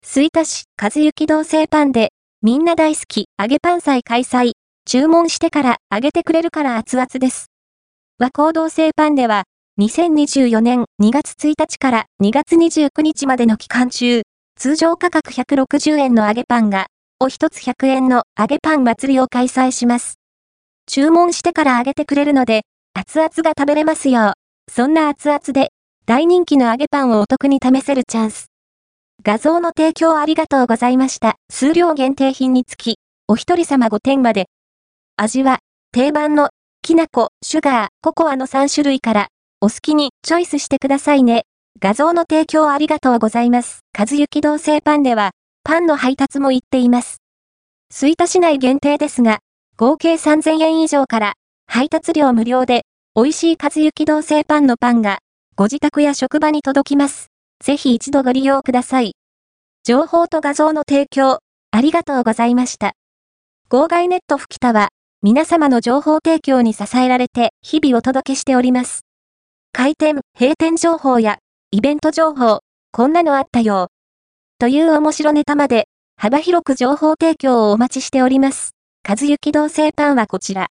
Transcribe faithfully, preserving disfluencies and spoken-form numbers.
吹田市和幸堂製パンで、みんな大好き揚げパン祭開催。注文してから揚げてくれるから熱々です。和光堂製パンでは、にせんにじゅうよねんにがつついたちからにがつにじゅうくにちまでの期間中、通常価格ひゃくろくじゅうえんの揚げパンが、お一つひゃくえんの揚げパン祭りを開催します。注文してから揚げてくれるので、熱々が食べれますよ。そんな熱々で、大人気の揚げパンをお得に試せるチャンス。画像の提供ありがとうございました。数量限定品につき、お一人様ごてんまで。味は、定番の、きな粉、シュガー、ココアのさんしゅるいから、お好きにチョイスしてくださいね。画像の提供ありがとうございます。和幸堂製パンでは、パンの配達も行っています。吹田市内限定ですが、合計さんぜんえん以上から、配達料無料で、美味しい和幸堂製パンのパンが、ご自宅や職場に届きます。ぜひ一度ご利用ください。情報と画像の提供、ありがとうございました。号外ネット吹田は、皆様の情報提供に支えられて、日々お届けしております。開店、閉店情報や、イベント情報、こんなのあったよ。という面白ネタまで、幅広く情報提供をお待ちしております。和幸堂製パンはこちら。